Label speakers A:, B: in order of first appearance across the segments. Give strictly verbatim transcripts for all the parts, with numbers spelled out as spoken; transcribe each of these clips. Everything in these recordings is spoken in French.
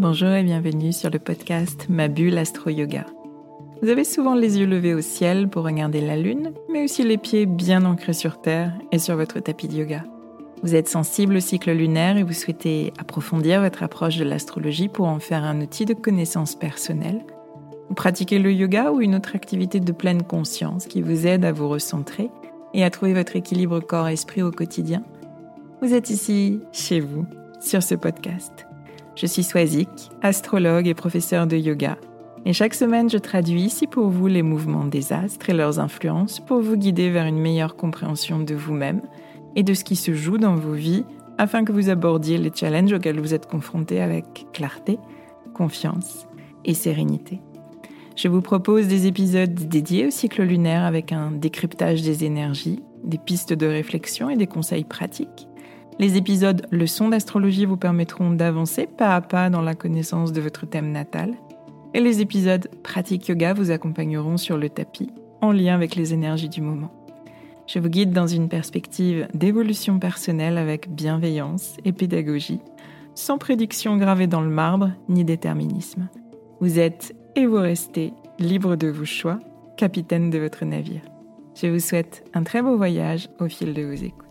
A: Bonjour et bienvenue sur le podcast Ma Bulle Astro Yoga. Vous avez souvent les yeux levés au ciel pour regarder la lune, mais aussi les pieds bien ancrés sur terre et sur votre tapis de yoga. Vous êtes sensible au cycle lunaire et vous souhaitez approfondir votre approche de l'astrologie pour en faire un outil de connaissance personnelle. Vous pratiquez le yoga ou une autre activité de pleine conscience qui vous aide à vous recentrer et à trouver votre équilibre corps-esprit au quotidien. Vous êtes ici, chez vous, sur ce podcast. Je suis Swazik, astrologue et professeure de yoga. Et chaque semaine, je traduis ici pour vous les mouvements des astres et leurs influences pour vous guider vers une meilleure compréhension de vous-même et de ce qui se joue dans vos vies afin que vous abordiez les challenges auxquels vous êtes confrontés avec clarté, confiance et sérénité. Je vous propose des épisodes dédiés au cycle lunaire avec un décryptage des énergies, des pistes de réflexion et des conseils pratiques. Les épisodes leçons d'astrologie vous permettront d'avancer pas à pas dans la connaissance de votre thème natal. Et les épisodes pratique yoga vous accompagneront sur le tapis, en lien avec les énergies du moment. Je vous guide dans une perspective d'évolution personnelle avec bienveillance et pédagogie, sans prédiction gravée dans le marbre ni déterminisme. Vous êtes et vous restez libre de vos choix, capitaine de votre navire. Je vous souhaite un très beau voyage au fil de vos écoutes.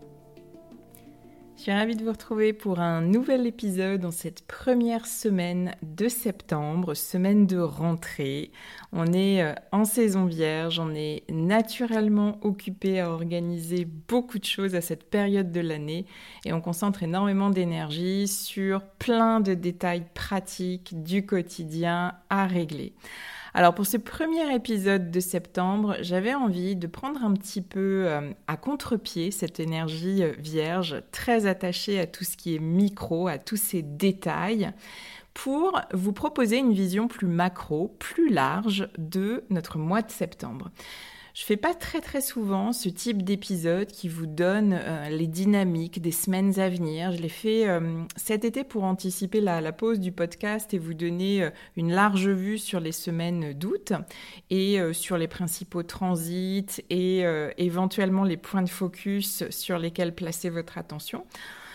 A: Je suis ravie de vous retrouver pour un nouvel épisode dans cette première semaine de septembre, semaine de rentrée. On est en saison vierge, on est naturellement occupé à organiser beaucoup de choses à cette période de l'année et on concentre énormément d'énergie sur plein de détails pratiques du quotidien à régler. Alors pour ce premier épisode de septembre, j'avais envie de prendre un petit peu euh, à contre-pied cette énergie vierge, très attachée à tout ce qui est micro, à tous ces détails, pour vous proposer une vision plus macro, plus large de notre mois de septembre. Je fais pas très très souvent ce type d'épisode qui vous donne euh, les dynamiques des semaines à venir. Je l'ai fait euh, cet été pour anticiper la, la pause du podcast et vous donner euh, une large vue sur les semaines d'août et euh, sur les principaux transits et euh, éventuellement les points de focus sur lesquels placer votre attention.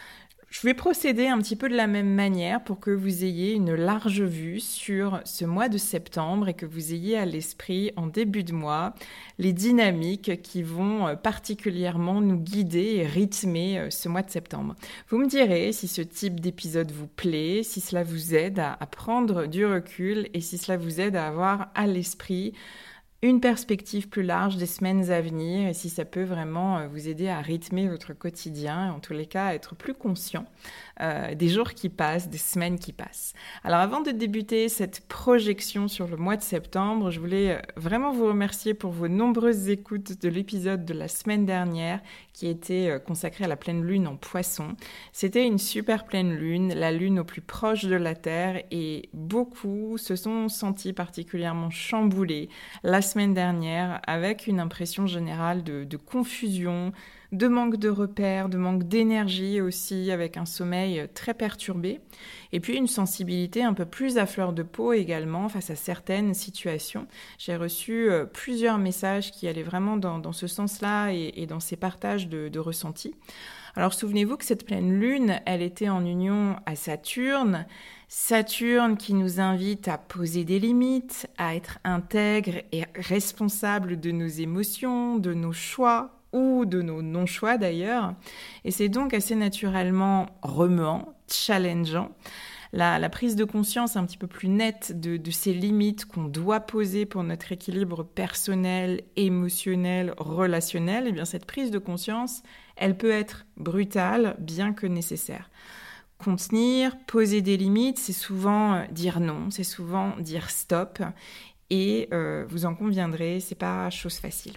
A: Je vais procéder un petit peu de la même manière pour que vous ayez une large vue sur ce mois de septembre et que vous ayez à l'esprit en début de mois les dynamiques qui vont particulièrement nous guider et rythmer ce mois de septembre. Vous me direz si ce type d'épisode vous plaît, si cela vous aide à, à prendre du recul et si cela vous aide à avoir à l'esprit une perspective plus large des semaines à venir et si ça peut vraiment vous aider à rythmer votre quotidien et en tous les cas à être plus conscient euh, des jours qui passent, des semaines qui passent. Alors avant de débuter cette projection sur le mois de septembre, je voulais vraiment vous remercier pour vos nombreuses écoutes de l'épisode de la semaine dernière qui était consacré à la pleine lune en Poisson. C'était une super pleine lune, la lune au plus proche de la Terre et beaucoup se sont sentis particulièrement chamboulés la semaine dernière avec une impression générale de, de confusion, de manque de repères, de manque d'énergie aussi, avec un sommeil très perturbé et puis une sensibilité un peu plus à fleur de peau également face à certaines situations. J'ai reçu euh, plusieurs messages qui allaient vraiment dans, dans ce sens-là et, et dans ces partages de, de ressentis. Alors souvenez-vous que cette pleine lune, elle était en union à Saturne, Saturne qui nous invite à poser des limites, à être intègre et responsable de nos émotions, de nos choix ou de nos non-choix d'ailleurs. Et c'est donc assez naturellement remuant, challengeant. La, la prise de conscience un petit peu plus nette de, de ces limites qu'on doit poser pour notre équilibre personnel, émotionnel, relationnel, et bien cette prise de conscience, elle peut être brutale, bien que nécessaire. Contenir, poser des limites, c'est souvent dire non, c'est souvent dire stop, et euh, vous en conviendrez, c'est pas chose facile.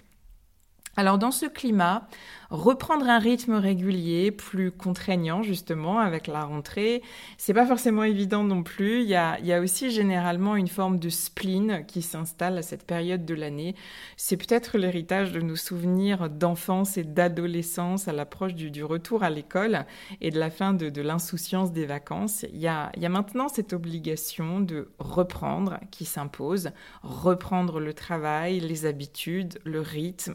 A: Alors dans ce climat, reprendre un rythme régulier, plus contraignant justement avec la rentrée, c'est pas forcément évident non plus. Il y a, il y a aussi généralement une forme de spleen qui s'installe à cette période de l'année. C'est peut-être l'héritage de nos souvenirs d'enfance et d'adolescence à l'approche du, du retour à l'école et de la fin de, de l'insouciance des vacances. Il y a, il y a maintenant cette obligation de reprendre qui s'impose, reprendre le travail, les habitudes, le rythme, les activités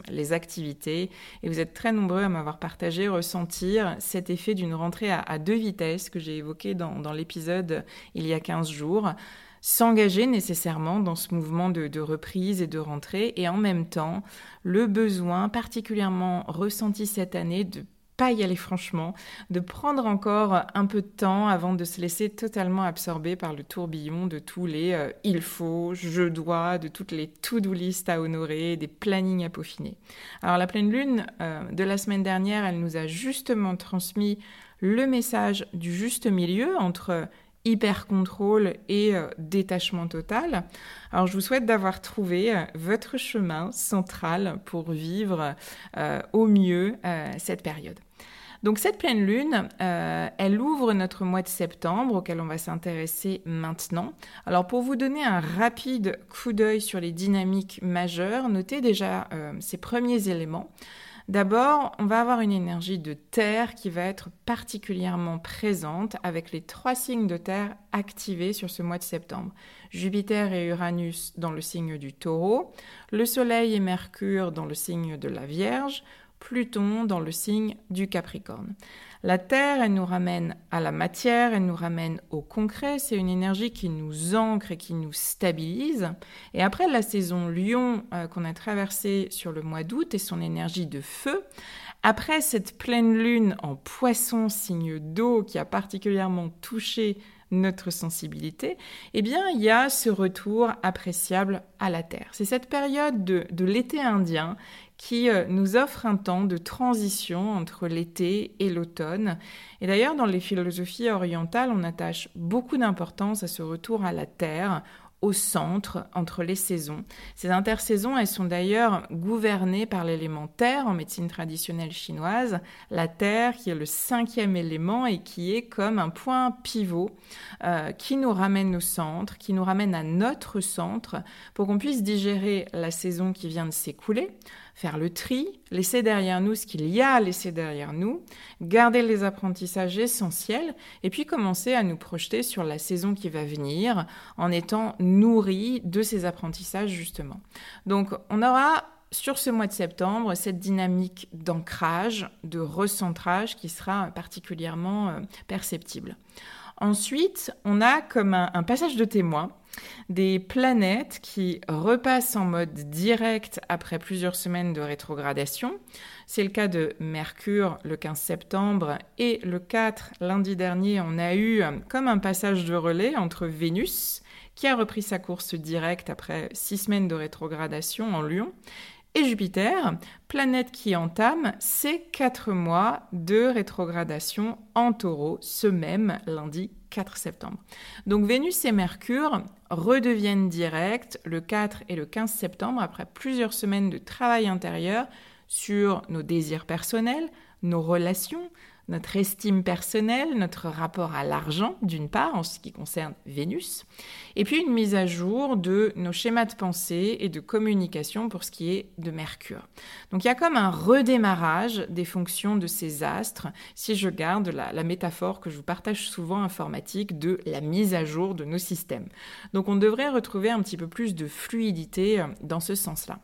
A: activités. Et vous êtes très nombreux à m'avoir partagé, ressentir cet effet d'une rentrée à, à deux vitesses que j'ai évoqué dans, dans l'épisode il y a quinze jours. S'engager nécessairement dans ce mouvement de, de reprise et de rentrée, et en même temps, le besoin particulièrement ressenti cette année de pas y aller franchement, de prendre encore un peu de temps avant de se laisser totalement absorber par le tourbillon de tous les euh, « il faut »,« je dois », de toutes les to-do list à honorer, des plannings à peaufiner. Alors la pleine lune euh, de la semaine dernière, elle nous a justement transmis le message du juste milieu entre hyper-contrôle et euh, détachement total. Alors, je vous souhaite d'avoir trouvé euh, votre chemin central pour vivre euh, au mieux euh, cette période. Donc, cette pleine lune, euh, elle ouvre notre mois de septembre auquel on va s'intéresser maintenant. Alors, pour vous donner un rapide coup d'œil sur les dynamiques majeures, notez déjà euh, ces premiers éléments. D'abord, on va avoir une énergie de terre qui va être particulièrement présente avec les trois signes de terre activés sur ce mois de septembre. Jupiter et Uranus dans le signe du Taureau, le Soleil et Mercure dans le signe de la Vierge, Pluton dans le signe du Capricorne. La Terre, elle nous ramène à la matière, elle nous ramène au concret. C'est une énergie qui nous ancre et qui nous stabilise. Et après la saison Lion euh, qu'on a traversée sur le mois d'août et son énergie de feu, après cette pleine lune en Poisson, signe d'eau qui a particulièrement touché notre sensibilité, eh bien, il y a ce retour appréciable à la Terre. C'est cette période de, de l'été indien qui euh, nous offre un temps de transition entre l'été et l'automne. Et d'ailleurs, dans les philosophies orientales, on attache beaucoup d'importance à ce retour à la Terre, au centre, entre les saisons. Ces intersaisons, elles sont d'ailleurs gouvernées par l'élément terre en médecine traditionnelle chinoise, la terre qui est le cinquième élément et qui est comme un point pivot euh, qui nous ramène au centre, qui nous ramène à notre centre pour qu'on puisse digérer la saison qui vient de s'écouler, faire le tri, laisser derrière nous ce qu'il y a à laisser derrière nous, garder les apprentissages essentiels et puis commencer à nous projeter sur la saison qui va venir en étant nourris de ces apprentissages justement. Donc on aura sur ce mois de septembre cette dynamique d'ancrage, de recentrage qui sera particulièrement euh, perceptible. Ensuite, on a comme un, un passage de témoin des planètes qui repassent en mode direct après plusieurs semaines de rétrogradation. C'est le cas de Mercure le quinze septembre et le quatre, lundi dernier, on a eu comme un passage de relais entre Vénus, qui a repris sa course directe après six semaines de rétrogradation en Lion, et Jupiter, planète qui entame ses quatre mois de rétrogradation en Taureau, ce même lundi quatre septembre. Donc Vénus et Mercure redeviennent directs le quatre et le quinze septembre après plusieurs semaines de travail intérieur sur nos désirs personnels, nos relations, notre estime personnelle, notre rapport à l'argent, d'une part, en ce qui concerne Vénus, et puis une mise à jour de nos schémas de pensée et de communication pour ce qui est de Mercure. Donc il y a comme un redémarrage des fonctions de ces astres, si je garde la, la métaphore que je vous partage souvent informatique de la mise à jour de nos systèmes. Donc on devrait retrouver un petit peu plus de fluidité dans ce sens-là.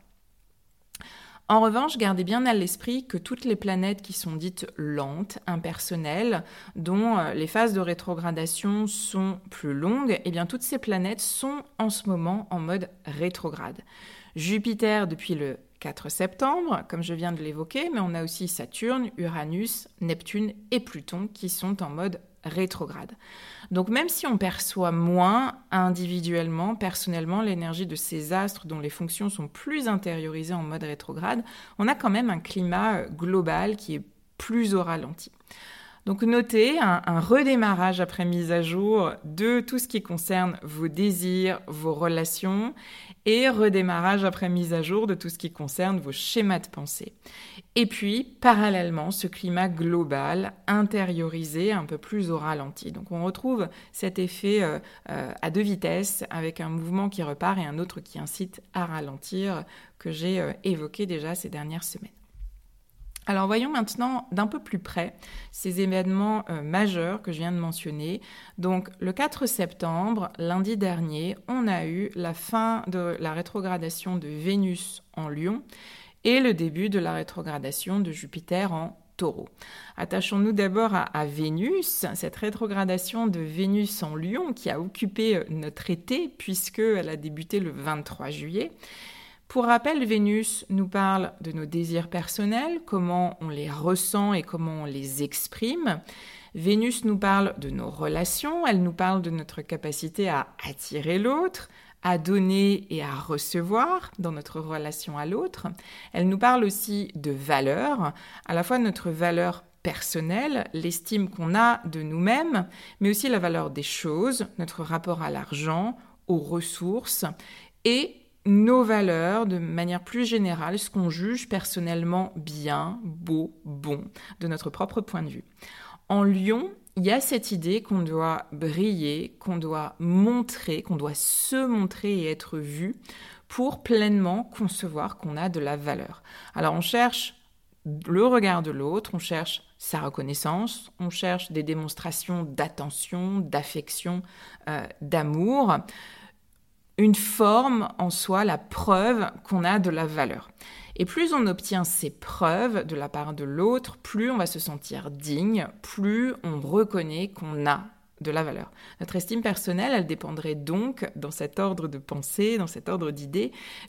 A: En revanche, gardez bien à l'esprit que toutes les planètes qui sont dites lentes, impersonnelles, dont les phases de rétrogradation sont plus longues, eh bien toutes ces planètes sont en ce moment en mode rétrograde. Jupiter depuis le quatre septembre, comme je viens de l'évoquer, mais on a aussi Saturne, Uranus, Neptune et Pluton qui sont en mode rétrograde. Donc même si on perçoit moins individuellement, personnellement, l'énergie de ces astres dont les fonctions sont plus intériorisées en mode rétrograde, on a quand même un climat global qui est plus au ralenti. Donc notez un, un redémarrage après mise à jour de tout ce qui concerne vos désirs, vos relations, et redémarrage après mise à jour de tout ce qui concerne vos schémas de pensée. Et puis, parallèlement, ce climat global, intériorisé, un peu plus au ralenti. Donc on retrouve cet effet euh, euh, à deux vitesses, avec un mouvement qui repart et un autre qui incite à ralentir, que j'ai euh, évoqué déjà ces dernières semaines. Alors voyons maintenant d'un peu plus près ces événements euh, majeurs que je viens de mentionner. Donc le quatre septembre, lundi dernier, on a eu la fin de la rétrogradation de Vénus en Lion et le début de la rétrogradation de Jupiter en Taureau. Attachons-nous d'abord à, à Vénus, cette rétrogradation de Vénus en Lion qui a occupé notre été puisqu'elle a débuté le vingt-trois juillet. Pour rappel, Vénus nous parle de nos désirs personnels, comment on les ressent et comment on les exprime. Vénus nous parle de nos relations, elle nous parle de notre capacité à attirer l'autre, à donner et à recevoir dans notre relation à l'autre. Elle nous parle aussi de valeur, à la fois notre valeur personnelle, l'estime qu'on a de nous-mêmes, mais aussi la valeur des choses, notre rapport à l'argent, aux ressources et nos valeurs de manière plus générale, ce qu'on juge personnellement bien, beau, bon, de notre propre point de vue. En Lion, il y a cette idée qu'on doit briller, qu'on doit montrer, qu'on doit se montrer et être vu pour pleinement concevoir qu'on a de la valeur. Alors on cherche le regard de l'autre, on cherche sa reconnaissance, on cherche des démonstrations d'attention, d'affection, euh, d'amour, une forme en soi, la preuve qu'on a de la valeur. Et plus on obtient ces preuves de la part de l'autre, plus on va se sentir digne, plus on reconnaît qu'on a de la valeur. Notre estime personnelle, elle dépendrait donc, dans cet ordre de pensée, dans cet ordre d'idées,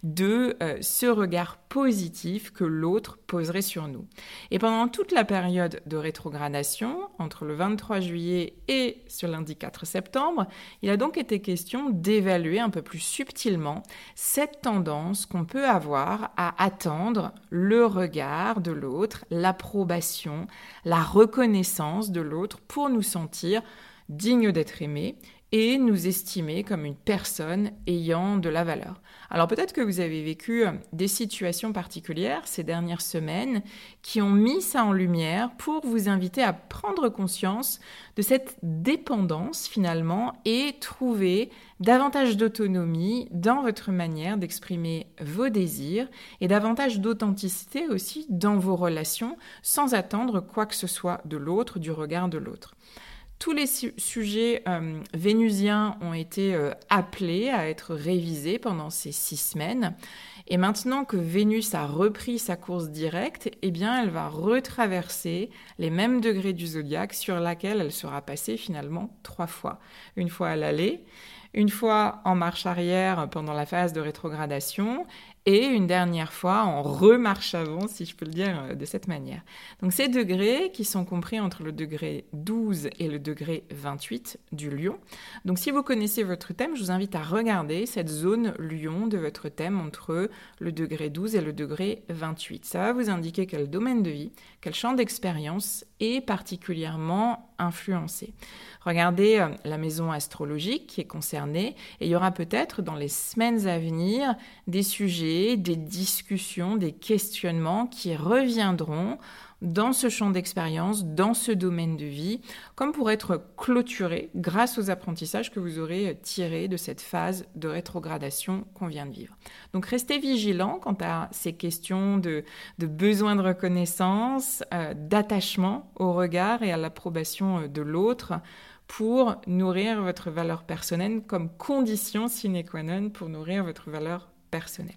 A: de euh, ce regard positif que l'autre poserait sur nous. Et pendant toute la période de rétrogradation, entre le vingt-trois juillet et ce lundi quatre septembre, il a donc été question d'évaluer un peu plus subtilement cette tendance qu'on peut avoir à attendre le regard de l'autre, l'approbation, la reconnaissance de l'autre pour nous sentir digne d'être aimé et nous estimer comme une personne ayant de la valeur. Alors peut-être que vous avez vécu des situations particulières ces dernières semaines qui ont mis ça en lumière pour vous inviter à prendre conscience de cette dépendance finalement et trouver davantage d'autonomie dans votre manière d'exprimer vos désirs et davantage d'authenticité aussi dans vos relations sans attendre quoi que ce soit de l'autre, du regard de l'autre. Tous les su- sujets euh, vénusiens ont été euh, appelés à être révisés pendant ces six semaines. Et maintenant que Vénus a repris sa course directe, eh bien, elle va retraverser les mêmes degrés du zodiaque sur laquelle elle sera passée finalement trois fois. Une fois à l'aller, une fois en marche arrière pendant la phase de rétrogradation et une dernière fois en remarche avant, si je peux le dire de cette manière. Donc ces degrés qui sont compris entre le degré douze et le degré vingt-huit du lion. Donc si vous connaissez votre thème, je vous invite à regarder cette zone lion de votre thème entre le degré douze et le degré vingt-huit. Ça va vous indiquer quel domaine de vie, quel champ d'expérience est particulièrement influencé. Regardez euh, la maison astrologique qui est concernée et il y aura peut-être dans les semaines à venir des sujets, des discussions, des questionnements qui reviendront dans ce champ d'expérience, dans ce domaine de vie, comme pour être clôturés grâce aux apprentissages que vous aurez tirés de cette phase de rétrogradation qu'on vient de vivre. Donc restez vigilants quant à ces questions de, de besoin de reconnaissance, euh, d'attachement au regard et à l'approbation de l'autre, pour nourrir votre valeur personnelle comme condition sine qua non pour nourrir votre valeur personnelle.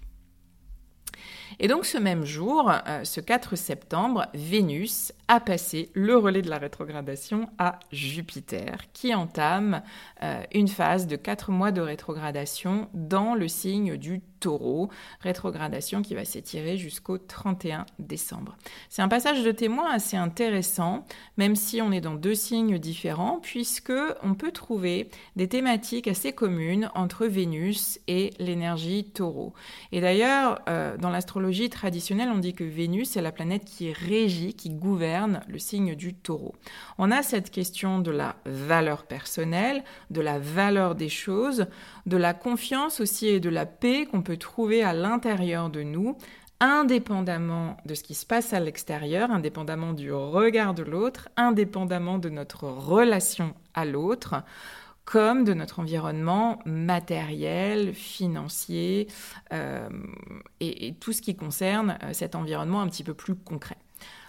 A: Et donc ce même jour, euh, ce quatre septembre, Vénus a passé le relais de la rétrogradation à Jupiter, qui entame euh, une phase de quatre mois de rétrogradation dans le signe du Taureau, rétrogradation qui va s'étirer jusqu'au trente et un décembre. C'est un passage de témoin assez intéressant, même si on est dans deux signes différents, puisque on peut trouver des thématiques assez communes entre Vénus et l'énergie Taureau. Et d'ailleurs, euh, dans l'astrologie traditionnelle, on dit que Vénus est la planète qui régit, qui gouverne le signe du Taureau. On a cette question de la valeur personnelle, de la valeur des choses, de la confiance aussi et de la paix qu'on peut trouver à l'intérieur de nous, indépendamment de ce qui se passe à l'extérieur, indépendamment du regard de l'autre, indépendamment de notre relation à l'autre, comme de notre environnement matériel, financier euh, et, et tout ce qui concerne euh, cet environnement un petit peu plus concret.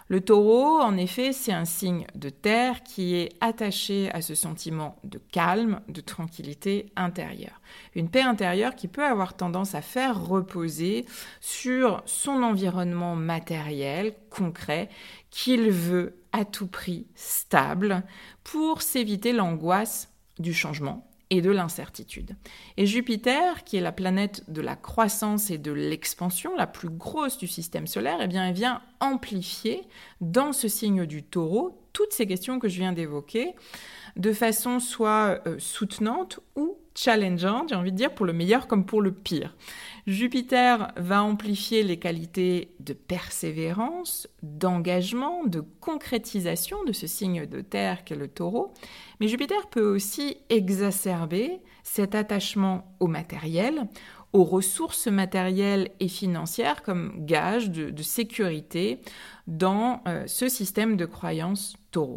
A: Le taureau, en effet, c'est un signe de terre qui est attaché à ce sentiment de calme, de tranquillité intérieure. Une paix intérieure qui peut avoir tendance à faire reposer sur son environnement matériel, concret, qu'il veut à tout prix stable pour s'éviter l'angoisse du changement et de l'incertitude. Et Jupiter, qui est la planète de la croissance et de l'expansion, la plus grosse du système solaire, eh bien, elle vient amplifier dans ce signe du taureau toutes ces questions que je viens d'évoquer, de façon soit euh, soutenante ou challengeante, j'ai envie de dire, pour le meilleur comme pour le pire. Jupiter va amplifier les qualités de persévérance, d'engagement, de concrétisation de ce signe de terre qu'est le taureau, mais Jupiter peut aussi exacerber cet attachement au matériel, aux ressources matérielles et financières comme gage de, de sécurité dans euh, ce système de croyance taureau.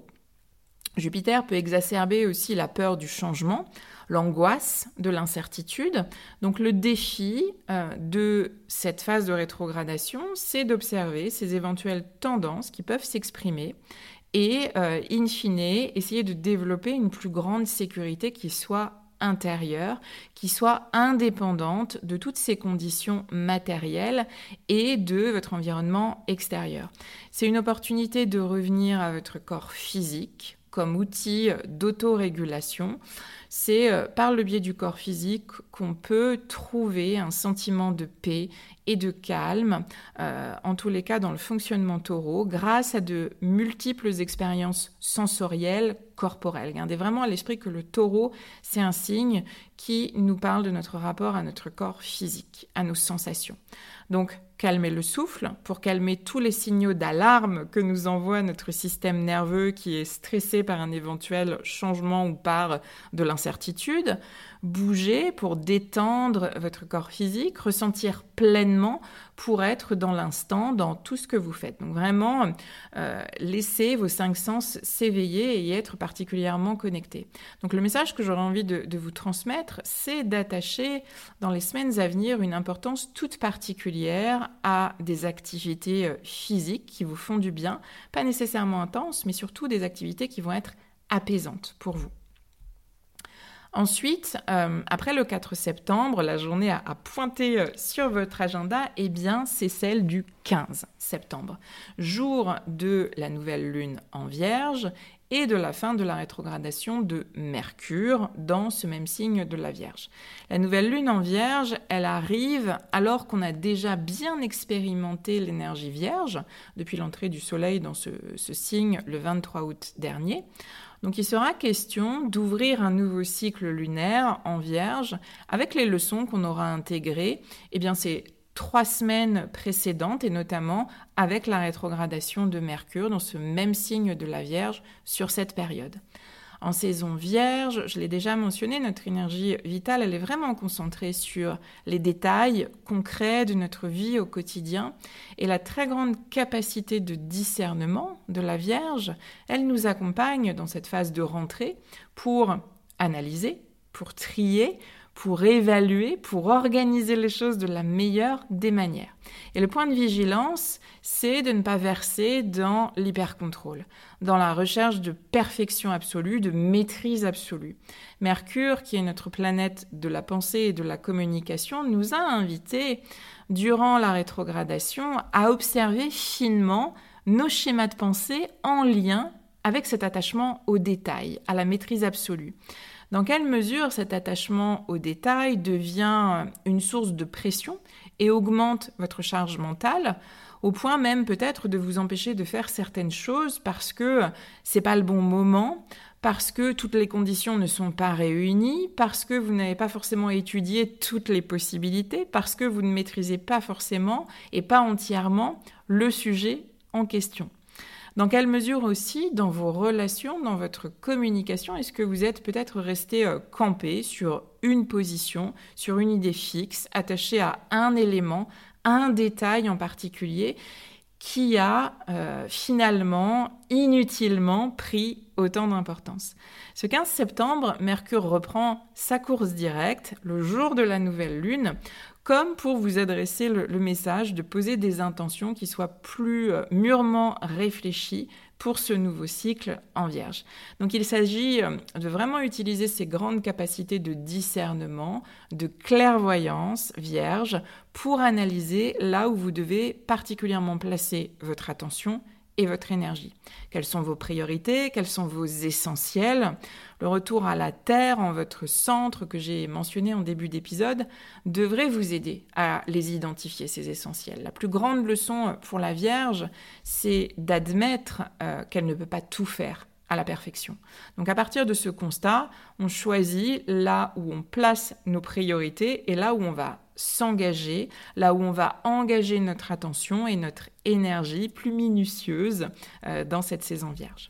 A: Jupiter peut exacerber aussi la peur du changement, l'angoisse de l'incertitude. Donc le défi euh, de cette phase de rétrogradation, c'est d'observer ces éventuelles tendances qui peuvent s'exprimer et, euh, in fine, essayer de développer une plus grande sécurité qui soit intérieure, qui soit indépendante de toutes ces conditions matérielles et de votre environnement extérieur. C'est une opportunité de revenir à votre corps physique comme outil d'autorégulation. C'est par le biais du corps physique qu'on peut trouver un sentiment de paix et de calme, euh, en tous les cas dans le fonctionnement taureau, grâce à de multiples expériences sensorielles, corporelles. Gardez vraiment à l'esprit que le taureau, c'est un signe qui nous parle de notre rapport à notre corps physique, à nos sensations. Donc, calmer le souffle pour calmer tous les signaux d'alarme que nous envoie notre système nerveux qui est stressé par un éventuel changement ou par de l'incertitude. Bouger pour détendre votre corps physique, ressentir pleinement pour être dans l'instant, dans tout ce que vous faites. Donc vraiment, euh, laissez vos cinq sens s'éveiller et y être particulièrement connectés. Donc le message que j'aurais envie de, de vous transmettre, c'est d'attacher dans les semaines à venir une importance toute particulière à des activités physiques qui vous font du bien, pas nécessairement intenses, mais surtout des activités qui vont être apaisantes pour vous. Ensuite, euh, après le quatre septembre, la journée à, à pointer sur votre agenda, eh bien, c'est celle du quinze septembre, jour de la nouvelle lune en Vierge et de la fin de la rétrogradation de Mercure dans ce même signe de la Vierge. La nouvelle lune en Vierge, elle arrive alors qu'on a déjà bien expérimenté l'énergie Vierge depuis l'entrée du Soleil dans ce, ce signe le vingt-trois août dernier. Donc il sera question d'ouvrir un nouveau cycle lunaire en Vierge avec les leçons qu'on aura intégrées, eh bien ces trois semaines précédentes et notamment avec la rétrogradation de Mercure dans ce même signe de la Vierge sur cette période. En saison Vierge, je l'ai déjà mentionné, notre énergie vitale, elle est vraiment concentrée sur les détails concrets de notre vie au quotidien. Et la très grande capacité de discernement de la Vierge, elle nous accompagne dans cette phase de rentrée pour analyser, pour trier, pour évaluer, pour organiser les choses de la meilleure des manières. Et le point de vigilance, c'est de ne pas verser dans l'hypercontrôle, dans la recherche de perfection absolue, de maîtrise absolue. Mercure, qui est notre planète de la pensée et de la communication, nous a invités, durant la rétrogradation, à observer finement nos schémas de pensée en lien avec cet attachement au détail, à la maîtrise absolue. Dans quelle mesure cet attachement au détail devient une source de pression et augmente votre charge mentale, au point même peut-être de vous empêcher de faire certaines choses parce que c'est pas le bon moment, parce que toutes les conditions ne sont pas réunies, parce que vous n'avez pas forcément étudié toutes les possibilités, parce que vous ne maîtrisez pas forcément et pas entièrement le sujet en question. Dans quelle mesure aussi, dans vos relations, dans votre communication, est-ce que vous êtes peut-être resté euh, campé sur une position, sur une idée fixe, attaché à un élément, un détail en particulier, qui a euh, finalement inutilement pris autant d'importance. Ce quinze septembre, Mercure reprend sa course directe, le jour de la nouvelle lune, comme pour vous adresser le, le message de poser des intentions qui soient plus euh, mûrement réfléchies pour ce nouveau cycle en Vierge. Donc il s'agit euh, de vraiment utiliser ces grandes capacités de discernement, de clairvoyance Vierge, pour analyser là où vous devez particulièrement placer votre attention et votre énergie. Quelles sont vos priorités? Quels sont vos essentiels? Le retour à la Terre en votre centre que j'ai mentionné en début d'épisode devrait vous aider à les identifier, ces essentiels. La plus grande leçon pour la Vierge, c'est d'admettre euh, qu'elle ne peut pas tout faire à la perfection. Donc à partir de ce constat, on choisit là où on place nos priorités et là où on va s'engager, là où on va engager notre attention et notre énergie plus minutieuse euh, dans cette saison Vierge.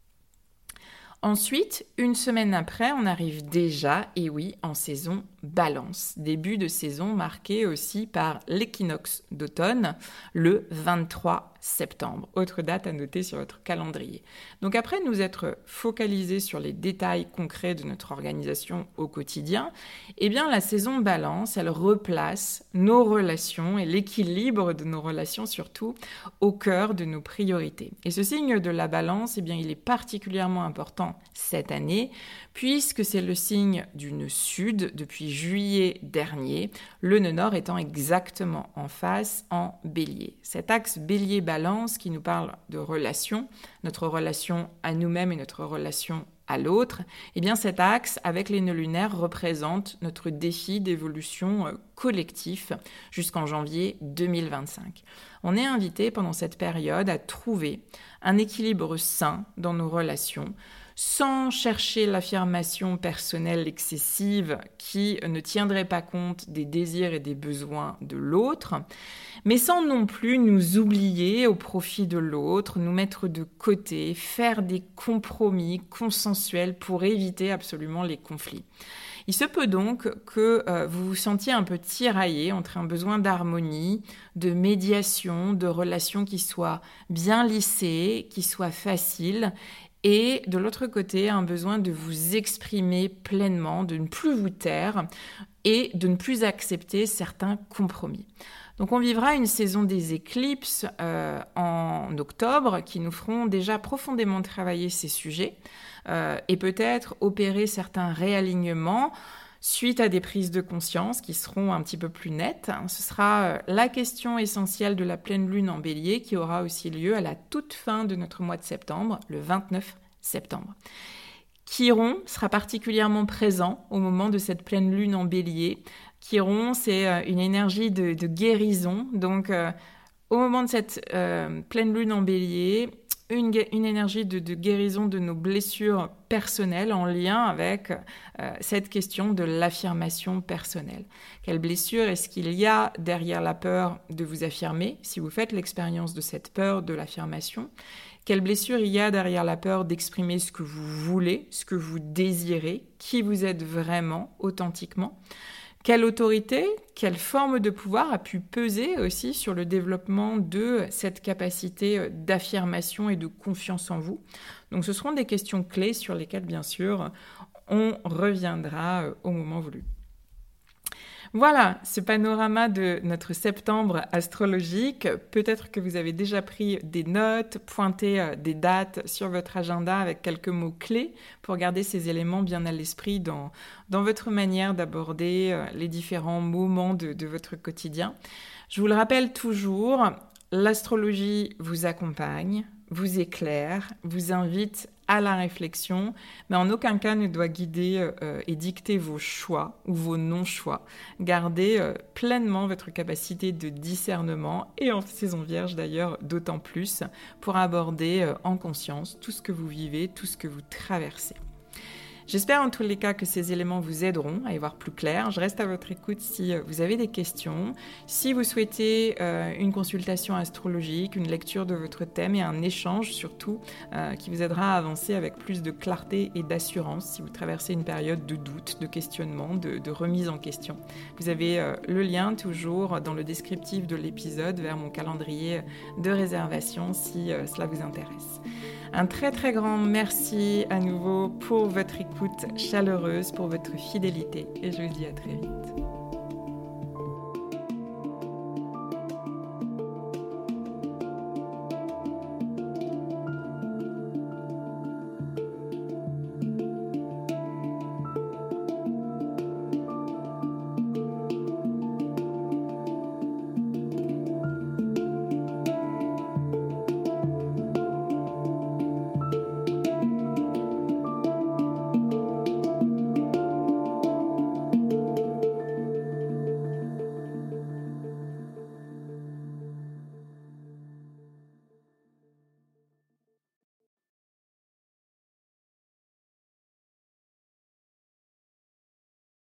A: Ensuite, une semaine après, on arrive déjà, et oui, en saison Balance. Début de saison marqué aussi par l'équinoxe d'automne, le vingt-trois septembre. Autre date à noter sur votre calendrier. Donc après nous être focalisés sur les détails concrets de notre organisation au quotidien, eh bien la saison Balance, elle replace nos relations et l'équilibre de nos relations surtout au cœur de nos priorités. Et ce signe de la Balance, eh bien il est particulièrement important cette année puisque c'est le signe du nœud sud depuis juillet dernier, le nœud nord étant exactement en face en bélier. Cet axe bélier-balance qui nous parle de relation, notre relation à nous-mêmes et notre relation à l'autre, eh bien cet axe avec les nœuds lunaires représente notre défi d'évolution collectif jusqu'en janvier deux mille vingt-cinq. On est invité pendant cette période à trouver un équilibre sain dans nos relations, sans chercher l'affirmation personnelle excessive qui ne tiendrait pas compte des désirs et des besoins de l'autre, mais sans non plus nous oublier au profit de l'autre, nous mettre de côté, faire des compromis consensuels pour éviter absolument les conflits. Il se peut donc que euh, vous vous sentiez un peu tiraillé entre un besoin d'harmonie, de médiation, de relations qui soient bien lissées, qui soient faciles, et de l'autre côté, un besoin de vous exprimer pleinement, de ne plus vous taire et de ne plus accepter certains compromis. Donc on vivra une saison des éclipses euh, en octobre qui nous feront déjà profondément travailler ces sujets euh, et peut-être opérer certains réalignements suite à des prises de conscience qui seront un petit peu plus nettes. Ce sera la question essentielle de la pleine lune en bélier qui aura aussi lieu à la toute fin de notre mois de septembre, le vingt-neuf septembre. Chiron sera particulièrement présent au moment de cette pleine lune en bélier. Chiron, c'est une énergie de, de guérison. Donc, euh, au moment de cette euh, pleine lune en bélier, Une, une énergie de, de guérison de nos blessures personnelles en lien avec euh, cette question de l'affirmation personnelle. Quelle blessure est-ce qu'il y a derrière la peur de vous affirmer, si vous faites l'expérience de cette peur de l'affirmation? Quelle blessure il y a derrière la peur d'exprimer ce que vous voulez, ce que vous désirez, qui vous êtes vraiment, authentiquement? Quelle autorité, quelle forme de pouvoir a pu peser aussi sur le développement de cette capacité d'affirmation et de confiance en vous? Donc ce seront des questions clés sur lesquelles, bien sûr, on reviendra au moment voulu. Voilà ce panorama de notre septembre astrologique. Peut-être que vous avez déjà pris des notes, pointé des dates sur votre agenda avec quelques mots-clés pour garder ces éléments bien à l'esprit dans, dans votre manière d'aborder les différents moments de, de votre quotidien. Je vous le rappelle toujours, l'astrologie vous accompagne, vous éclaire, vous invite à la réflexion, mais en aucun cas ne doit guider euh, et dicter vos choix ou vos non-choix. Gardez euh, pleinement votre capacité de discernement, et en saison vierge d'ailleurs d'autant plus, pour aborder euh, en conscience tout ce que vous vivez, tout ce que vous traversez. J'espère en tous les cas que ces éléments vous aideront à y voir plus clair. Je reste à votre écoute si vous avez des questions. Si vous souhaitez euh, une consultation astrologique, une lecture de votre thème et un échange surtout euh, qui vous aidera à avancer avec plus de clarté et d'assurance si vous traversez une période de doute, de questionnement, de, de remise en question. Vous avez euh, le lien toujours dans le descriptif de l'épisode vers mon calendrier de réservation si euh, cela vous intéresse. Un très très grand merci à nouveau pour votre écoute chaleureuse, pour votre fidélité et je vous dis à très vite.